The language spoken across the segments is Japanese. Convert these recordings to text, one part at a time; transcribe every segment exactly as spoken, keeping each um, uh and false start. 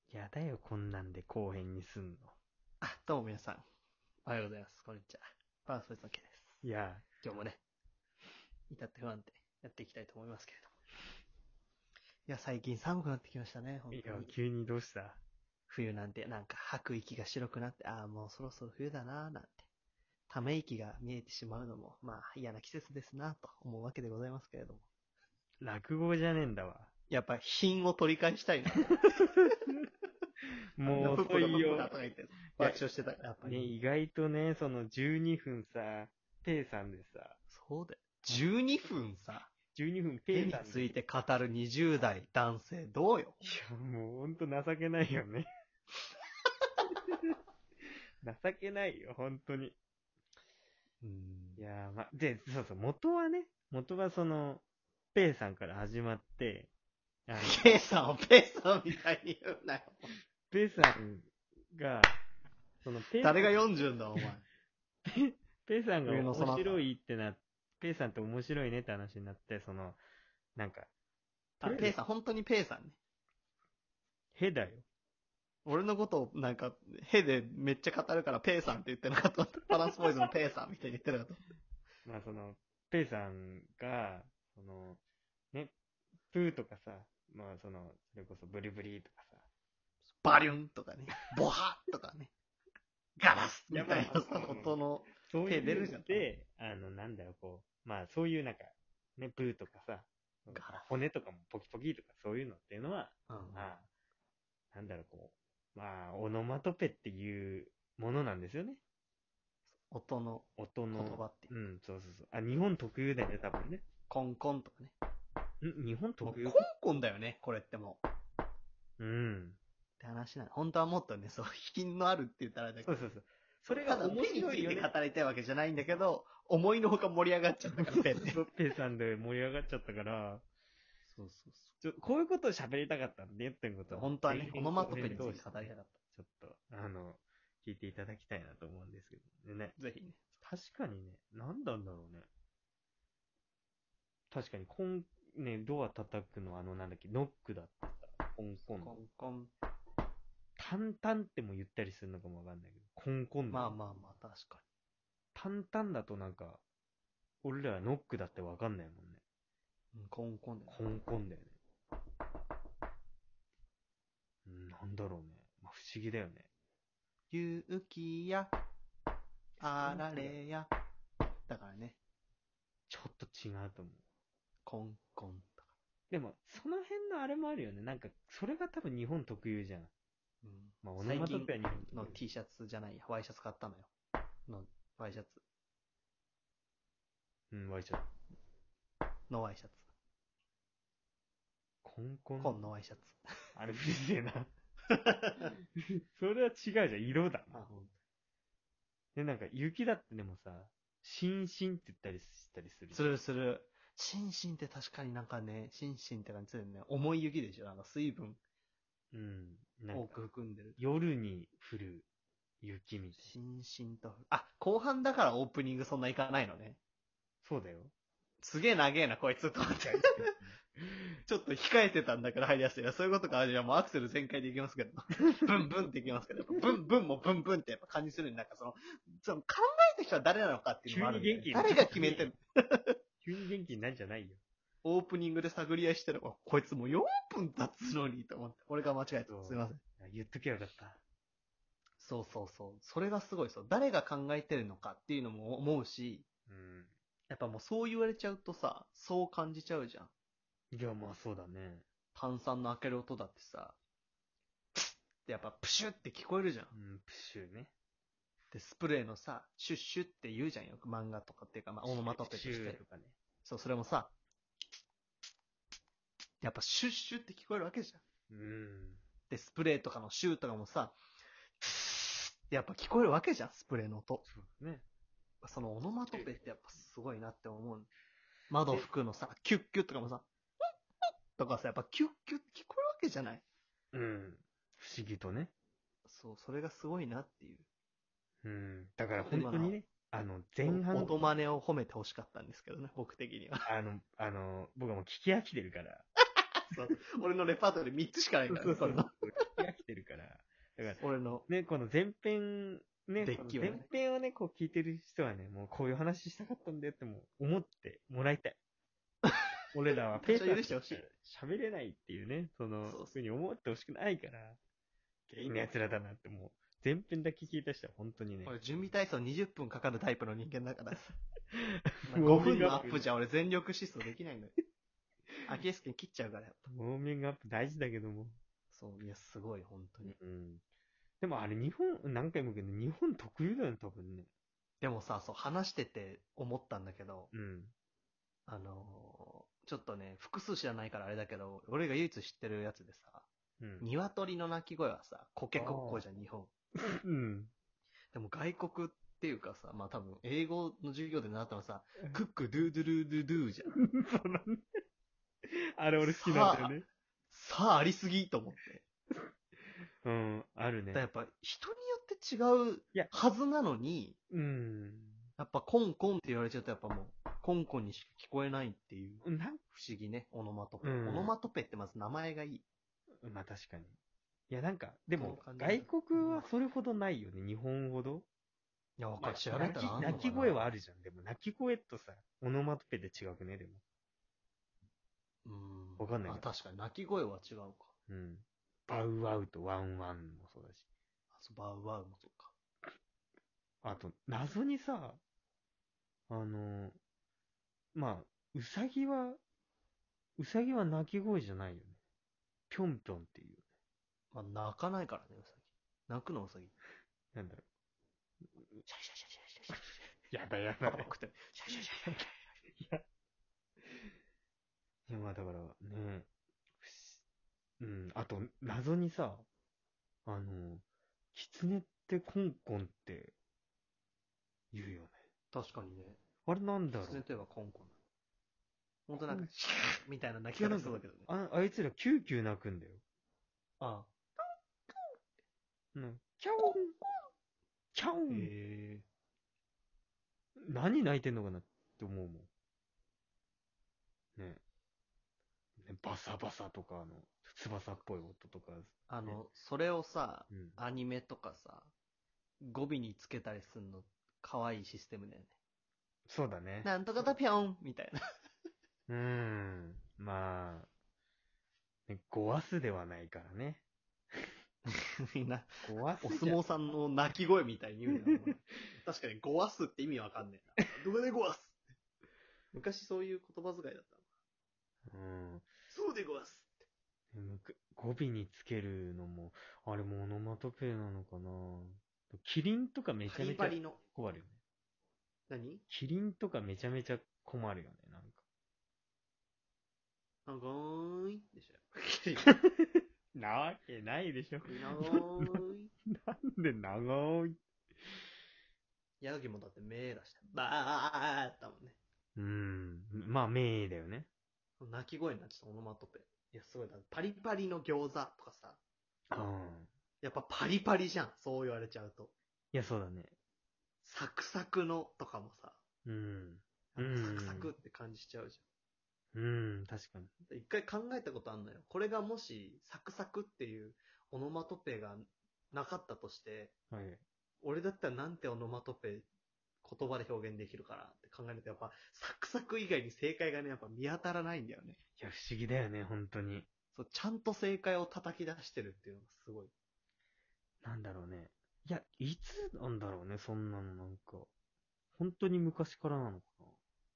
やだよ、こんなんで後編にすんの。 あ、どうも皆さん、おはようございます。こんにちは。パンスポーツのKです。 いや、 今日もね、至って不安定やっていきたいと思いますけれども。いや、最近寒くなってきましたね、本いや、 当に。 急にどうした？ 冬なんて、なんか吐く息が白くなって、ああ、もうそろそろ冬だなーなんて。ため息が見えてしまうのも、まあ嫌な季節ですなと思うわけでございますけれども。 落語じゃねえんだわ。 やっぱ品を取り返したいな。 もうプップがプップ遅いよ。 がとか言って爆笑してたから、やっぱね、 り。 意外とね、そのじゅうにふんさ、ペイさんでさ、 そうだよ。じゅうにふんさ、 じゅうにふんペ手にイさんで。 ついて語るにじゅう代男性どうよ。 いや、もうほんと情けないよね。情けないよ、ほんとに。 うん。 いやー、ま、で、そうそう、元はね、元はその、ペイさんから始まって、あの、 ケイさんをペイさんみたいに言うなよ。 ペイさんが、そのペイさん誰がよんじゅうんだ、お前。 ペペイさんが冬のそなた面白いってな、ペイさんって面白いねって話になって、その、なんか、 あ、ペイさん、本当にペイさんね。 へだよ。 俺のことをなんか、へでめっちゃ語るからペイさんって言ってなかった。バランスボーイズのペイさんみたいに言ってなかった。 まあその、ペイさんが、その、ね、プーとかさ、まあその、それこそブリブリとかさ、 バリュンとかね。ボハッとかね。ガラスみたいなさやまあ、 音のそう手出るじゃん。 いうので、あの、なんだよ、こう、まあそういうなんか、ね、プーとかさ、 ガラス骨とかもポキポキとかそういうのっていうのは、 うん。 まあ、なんだろう、こう、まあ、オノマトペっていうものなんですよね。 音の音の、 言葉っていう。 うん、そうそうそう。あ、日本特有だよね、多分ね。 コンコンとかね。 ん日本特有もうコンコンだよね、これってもう。 うん。 って話なの。本当はもっとね、そう、品のあるって言ったらあれだけど。 そうそうそう。それがただ面ペについて白いよね。 語りたいわけじゃないんだけど、思いのほか盛り上がっちゃったから、ペンで。 ロッペさんで盛り上がっちゃったから、 そうそうちょこういうことを喋りたかったんで、言ってんことそう。 は。 本当はね、 前編オノマトペについて語後編通してねりたかっちょっと、あの、聞いていただきたいなと思うんですけどね。 た。ぜひね。 確かにね、なんなんだろうね。確かに、こん、ね、ドア叩くのあの、なんだっけ、ノックだった。コンコン。 コンコン。 タンタンっても言ったりするのかもわかんないけど、コンコンだよね。 まあまあまあ、確かタンタンだとなんか、俺らはノックだってわかんないもんね。 に。うん、コンコンだよね。 コンコンだよね。うん、なんだろうね。まあ、不思議だよね。 勇気や、あられや。だからね、 ちょっと違うと思う。 コンコンとか。 でも、その辺のあれもあるよね。なんか、それが多分日本特有じゃん。 うん、 まあ、オノマトペは日本特有の T シャツじゃないや、ワイシャツ買ったのよ。の、ワイシャツ。 うん、ワイシャツ。 のワイシャツ。 コンコン。 コンのワイシャツ。 あれ、うるせえな。それは違うじゃん。色だな。 あ、ほんと。 で、なんか、雪だってでもさ、しんしんって言ったりしたりする。 するする。シンシンって確かになんかね、シンシンって感じするよね。重い雪でしょ。なんか水分うん。なん多か、 く含んでる。 夜に降る雪みたいな。 しんしんと。あ、後半だからオープニングそんないかないのね。 そうだよ。 すげえ長えな、こいつと思って。ちょっと控えてたんだから入りやすい。そういうことか。じゃあもうアクセル全開でいきますけど。ブンブンっていきますけど。ブンブンもブンブンってやっぱ感じするになんかその、その考えた人は誰なのかっていうのもあるんだよね、 急に元気に誰が決めてる急に元気になんじゃないよ。 オープニングで探り合いしてる。あこいつもうよんぷん経つのにと思って。俺が間違えた。すいません。 言っときゃよかった。 そうそうそう。それがすごいそう。誰が考えてるのかっていうのも思うし、 うん。 やっぱもうそう言われちゃうとさ、そう感じちゃうじゃん。 いや、まあそうだね。 炭酸の開ける音だってさ、プッってやっぱプシュって聞こえるじゃん。 うん、プシュね。 で、スプレーのさ、シュッシュって言うじゃんよ。漫画とかっていうか、まあ、オノマトペとシュして。 ーとかね。 そう、それもさ、やっぱシュッシュって聞こえるわけじゃん。 うん。 で、スプレーとかのシューとかもさ、ってやっぱ聞こえるわけじゃん、スプレーの音。 そうだね。 そのオノマトペってやっぱすごいなって思う。窓拭くのさ、キュッキュッとかもさ、とかさ、やっぱキュッキュッって聞こえるわけじゃない。 うん。不思議とね。 そう、それがすごいなっていう。 うん。だから本当にね、あの、前お半、 音真似を褒めてほしかったんですけどね、僕的には。 あの、あの、僕はもう聞き飽きてるから。 そう俺のレパートリーみっつしかないからね、 そうそうそう。 これの。 聞き飽きてるだから、 俺のね、この前編、ね、このデッキをね前編をね、こう聞いてる人はね、もうこういう話したかったんだよってもう思ってもらいたい。俺らはペー多ター少許してほしい。 喋れないっていうね、その、 そうそうふうに思ってほしくないから、ゲイな奴らだなってもう、前編だけ聞いた人は本当にね。 俺準備体操にじゅっぷんかかるタイプの人間だからさ。 ウォ 5 ーミングアップ分のアップじゃ俺全力疾走できないのよ。アキレス腱切っちゃうからやっぱ。 ウォーミングアップ大事だけども。 そう、いや、すごい、本当に。 うん。でもあれ日本、何回も言うけど、日本特有だよね、多分ね。 でもさ、そう、話してて思ったんだけど、 うん。 あのーちょっとね、複数知らないからあれだけど、俺が唯一知ってるやつでさ、 うん。 鶏の鳴き声はさ、コケコッコーじゃん、日本。 うん。 でも外国っていうかさ、まあ多分、英語の授業で習ったのさ、クックドゥードゥルードゥドゥじゃん。 そうなんだ。あれ俺好きなんだよね。 さあ、ありすぎと思って。 うん、あるね。 だからやっぱ人によって違ういやはずなのに、 うん。 やっぱコンコンって言われちゃうとやっぱもう、コンコンにしか聞こえないっていうなん不思議ね、オノマトペ。 うんオノマトペってまず名前がいい。 まあ確かに。いやなんか、でも、 この感じ外国はそれほどないよね、日本ほど。 いや、わかまある。調べたらあんのかな。 鳴き鳴き声はあるじゃん。でも、鳴き声とさ、オノマトペで違くね、でも。 うん。 わかんないけどあ、確かに、鳴き声は違うか。 うん。バウワウとワンワンもそうだし。 あ、そう、バウワウもそうか。 あと、謎にさ、あの、まあ、ウサギは、ウサギは鳴き声じゃないよね。ぴょんぴょんっていう。 まあ、泣かないからね、ウサギ。泣くのウサギ。 なんだろシャシャシャシャシャシャシャ。 う。やばいやばい。 パパ食ってる。シャシャシャシャシャ。 いや、いやまあだからね、不思うん、あと、謎にさ、あの、狐ってコンコンって言うよね。 確かにね。 あれなんだろう。 狐といえばコンコン。ほんとなんか、シャーみたいな泣きいやなんか方しそうだけどね。 あ、あいつらキューキュー鳴くんだよ。 あうん。キャオンキャオあ。 ンへえ。 何泣いてんのかなって思うもん。ね。ねバサバサとか、あの、翼っぽい音とか。 あの、それをさ、 うん。 アニメとかさ、語尾につけたりすんの、可愛いシステムだよね。 そうだね。 なんとかだぴょんみたいな。 うーん。まあ、ね、ゴワスではないからね。 みんな、 ゴワスお相撲さんの鳴き声みたいに言うな。確かに、ごわすって意味わかんねえな。どこでごわす昔そういう言葉遣いだったの。 うん。 そうでごわす。 むく語尾につけるのも、あれもオノマトペなのかな。キリンとかめちパゃめちゃリパリの。 困るよね。 何キリンとかめちゃめちゃ困るよね、なんか。 長ーいでしょ。 なわけないでしょ。 長ーい。 なんで長いヤギもだって目出して、バーってだもんね。 うーん。まあ、名だよね。 鳴き声になっちゃったオノマトペ。いや、すごいな。パリパリの餃子とかさ。 うん。 やっぱパリパリじゃん。そう言われちゃうと。 いや、そうだね。 サクサクのとかもさ。 うん。 あうんサクサクって感じしちゃうじうん、確かに。 ゃん。一回考えたことあんのよ。これがもし、サクサクっていうオノマトペがなかったとして、 はい。 俺だったらなんてオノマトペ言葉で表現できるかなって考えると、やっぱサクサク以外に正解がね、やっぱ見当たらないんだよね。 いや、不思議だよね、本当に。 そう、ちゃんと正解を叩き出してるっていうのがすごい。 なんだろうね。いや、いつなんだろうね、そんなのなんか。本当に昔からなのかな。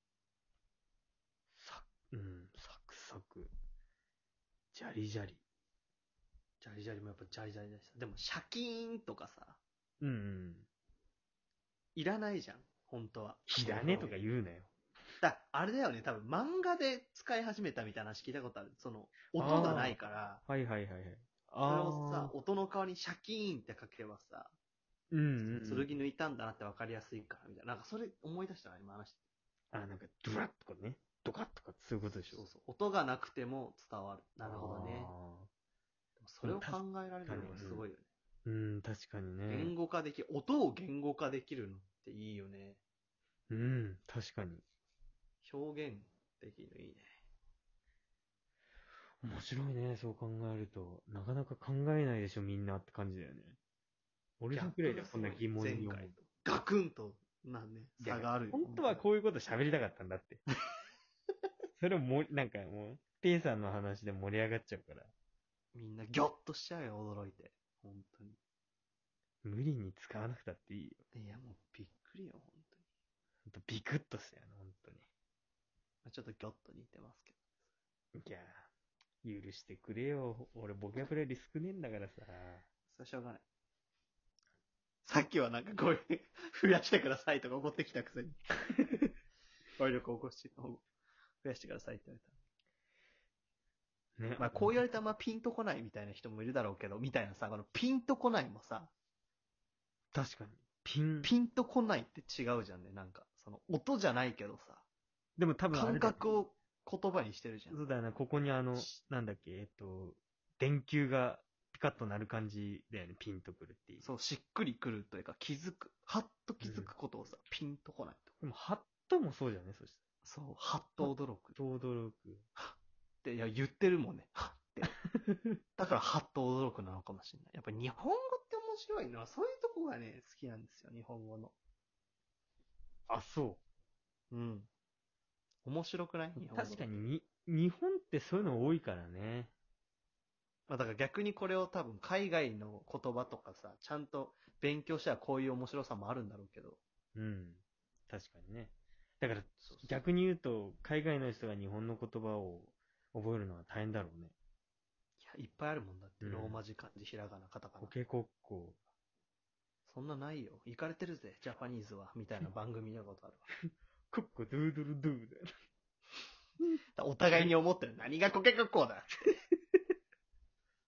さ、うん、サクサク。ジャリジャリ。 ジャリジャリもやっぱジャリジャリでした。でも、シャキーンとかさ、 うん、うん。 いらないじゃん。本当は。 いらねとか言うなよ。 だ、あれだよね、多分漫画で使い始めたみたいな話聞いたことある。その、音がないから、 はいはいはいはい。 それをさあ、ー音の代わりにシャキーンって書けばさ、 うんうん、うん。 剣抜いたんだなって分かりやすいから、みたいな。なんかそれ思い出したな、今話して。 あ、なんか、ドラッとかね。ドカッとかそういうことでしょ。 そうそう。音がなくても伝わる。なるほどね。 あでもそれを考えられるのがすごいよね。 ーうん、確かにね。 言語化でき、音を言語化できるのっていいよね。 うん、確かに。 表現できるのいいね。 面白いね、そう考えると。なかなか考えないでしょ、みんなって感じだよね。俺らくらいでこんな疑問に思う。 前回とガクンとなんね、 いや差があるよ。 本当はこういうこと喋りたかったんだって。それをも、なんかもう、ペイさんの話で盛り上がっちゃうから。 みんなギョッとしちゃうよ、驚いて。本当に。 無理に使わなくたっていいよ。 いや、もうびっくりよ、本当に。 ほんとビクッとしたよね、本当に。 まあちょっとギョッと似てますけど。 いやー、許してくれよ。俺ボキャブラリー少ねえんだからさ。 それはしょうがない。さっきはなんかこういう、増やしてくださいとか怒ってきたくせに。語彙力を起こして、増やしてくださいって言われた。 ね。 まあこう言われたらまあピンとこないみたいな人もいるだろうけど、みたいなさ、このピンとこないもさ、 確かに。ピン。 ピンとこないって違うじゃんね、なんか。その音じゃないけどさ、 でも多分あれ感だよ覚を言葉にしてるじゃん。 そうだよな、ここにあの、なんだっけ、えっと、電球がピカッとなる感じだよね、ピンとくるっていう。 そう、しっくりくるというか気づく。はっと気づくことをさ、ピンとこないと。 でも、ハッともそうじゃね、そしそう、はっと驚く。 たら。と驚く。 って、いや、言ってるもんね。はって。だから、はっと驚くなのかもしれない。やっぱ日本語って面白いのは、そういうとこがね、好きなんですよ、日本語の。 あ、そうん。面白くない日う。 本語。 確かにに、日本ってそういうの多いからね。 まあだから逆にこれを多分海外の言葉とかさ、ちゃんと勉強したらこういう面白さもあるんだろうけど。 うん。確かにね。だから、 そうそう逆に言うと、海外の人が日本の言葉を覚えるのは大変だろうね。 いや、いっぱいあるもんだって。 うんローマ字漢字、ひらがな、カタカナ。 コケコッコ。 そんなないよ。行かれてるぜ、ジャパニーズは。みたいな番組見たことあるコッコドゥードゥルドゥーだよ。 わ。お互いに思ってる。何がコケコッコーだ